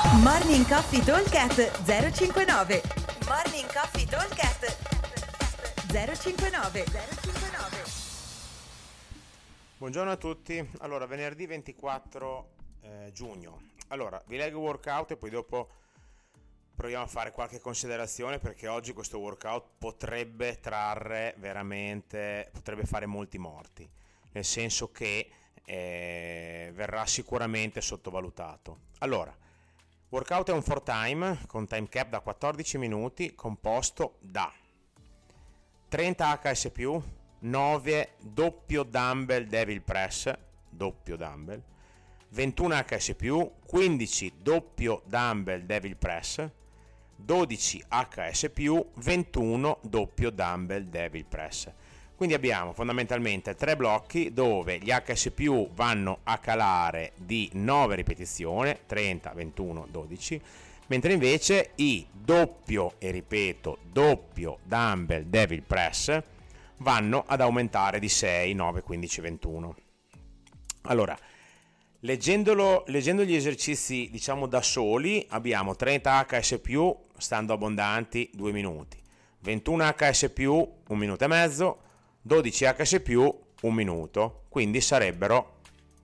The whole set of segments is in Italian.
Morning Coffee Talkcast 059. Morning Coffee Talkcast 059. Buongiorno a tutti. Allora, venerdì 24 giugno. Allora, vi leggo il workout e poi dopo proviamo a fare qualche considerazione, perché oggi questo workout potrebbe fare molti morti, nel senso che verrà sicuramente sottovalutato. Allora, workout è un 4-time con time cap da 14 minuti, composto da 30 HS+, 9 doppio dumbbell devil press, doppio dumbbell, 21 HS+, 15 doppio dumbbell devil press, 12 HS+, 21 doppio dumbbell devil press. Quindi abbiamo fondamentalmente 3 blocchi dove gli HS+ vanno a calare di 9 ripetizioni, 30, 21, 12, mentre invece i doppio dumbbell devil press vanno ad aumentare di 6, 9, 15, 21. Allora, leggendo gli esercizi diciamo da soli, abbiamo 30 HS+, stando abbondanti 2 minuti, 21 HS+, 1 minuto e mezzo, 12 HS+, 1 minuto, quindi sarebbero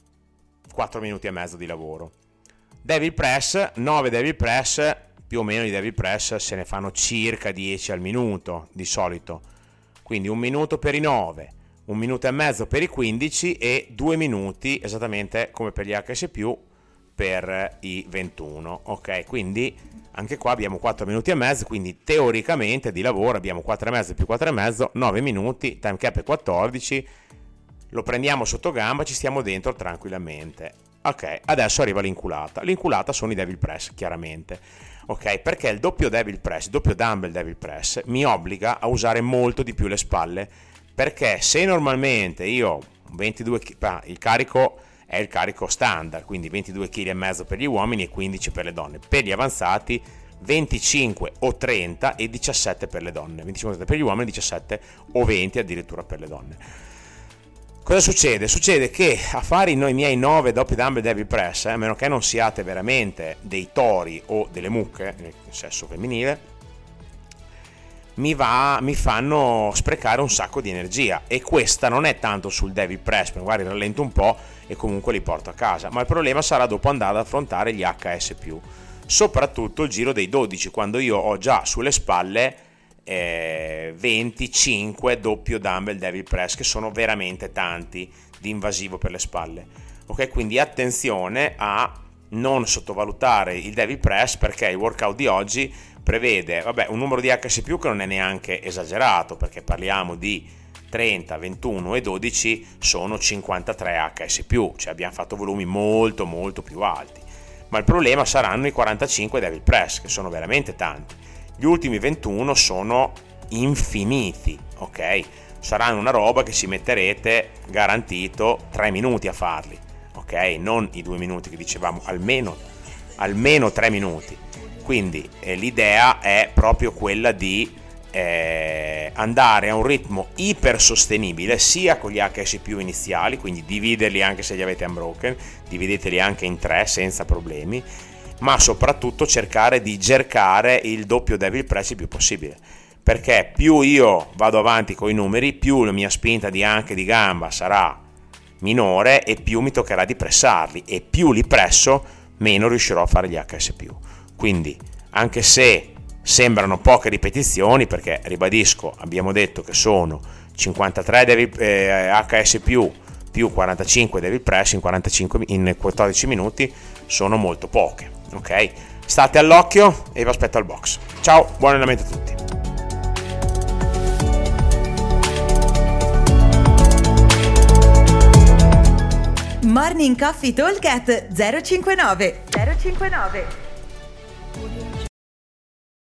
4 minuti e mezzo di lavoro. Devil press, 9 devil press, più o meno i devil press se ne fanno circa 10 al minuto di solito, quindi 1 minuto per i 9, 1 minuto e mezzo per i 15 e 2 minuti esattamente come per gli HS+, per i 21. Ok, quindi anche qua abbiamo 4 minuti e mezzo, quindi teoricamente di lavoro abbiamo 4 e mezzo più 4 e mezzo, 9 minuti, time cap è 14, lo prendiamo sotto gamba, ci stiamo dentro tranquillamente. Ok, adesso arriva l'inculata. L'inculata sono i devil press, chiaramente. Ok, perché il doppio devil press, il doppio dumbbell devil press mi obbliga a usare molto di più le spalle, perché se normalmente io 22 il carico è il carico standard, quindi 22 kg e mezzo per gli uomini e 15 per le donne, per gli avanzati 25 o 30 e 17 per le donne, 25 per gli uomini, 17 o 20 addirittura per le donne. Cosa succede? Succede che a fare i miei 9 doppi dumbbell devil press, a meno che non siate veramente dei tori o delle mucche nel sesso femminile, mi fanno sprecare un sacco di energia, e questa non è tanto sul devil press, magari rallento un po' e comunque li porto a casa, ma il problema sarà dopo andare ad affrontare gli HS+, soprattutto il giro dei 12, quando io ho già sulle spalle 25 doppio dumbbell devil press, che sono veramente tanti di invasivo per le spalle. Ok, quindi attenzione a non sottovalutare il devil press, perché il workout di oggi prevede un numero di HS+ che non è neanche esagerato, perché parliamo di 30, 21 e 12 sono 53 HS+, cioè abbiamo fatto volumi molto molto più alti, ma il problema saranno i 45 devil press, che sono veramente tanti. Gli ultimi 21 sono infiniti, ok? Saranno una roba che ci metterete garantito 3 minuti a farli, ok? Non i 2 minuti che dicevamo, almeno 3 minuti. Quindi l'idea è proprio quella di andare a un ritmo ipersostenibile sia con gli HS+ iniziali, quindi dividerli anche se li avete unbroken, divideteli anche in 3 senza problemi, ma soprattutto cercare di cercare il doppio devil press il più possibile, perché più io vado avanti con i numeri, più la mia spinta di gamba sarà minore e più mi toccherà di pressarli, e più li presso meno riuscirò a fare gli HS+. Quindi, anche se sembrano poche ripetizioni, perché ribadisco, abbiamo detto che sono 53 HS+, più 45 devil press in 14 minuti, sono molto poche. Ok, state all'occhio e vi aspetto al box. Ciao, buon allenamento a tutti. Morning Coffee Talkcast 059.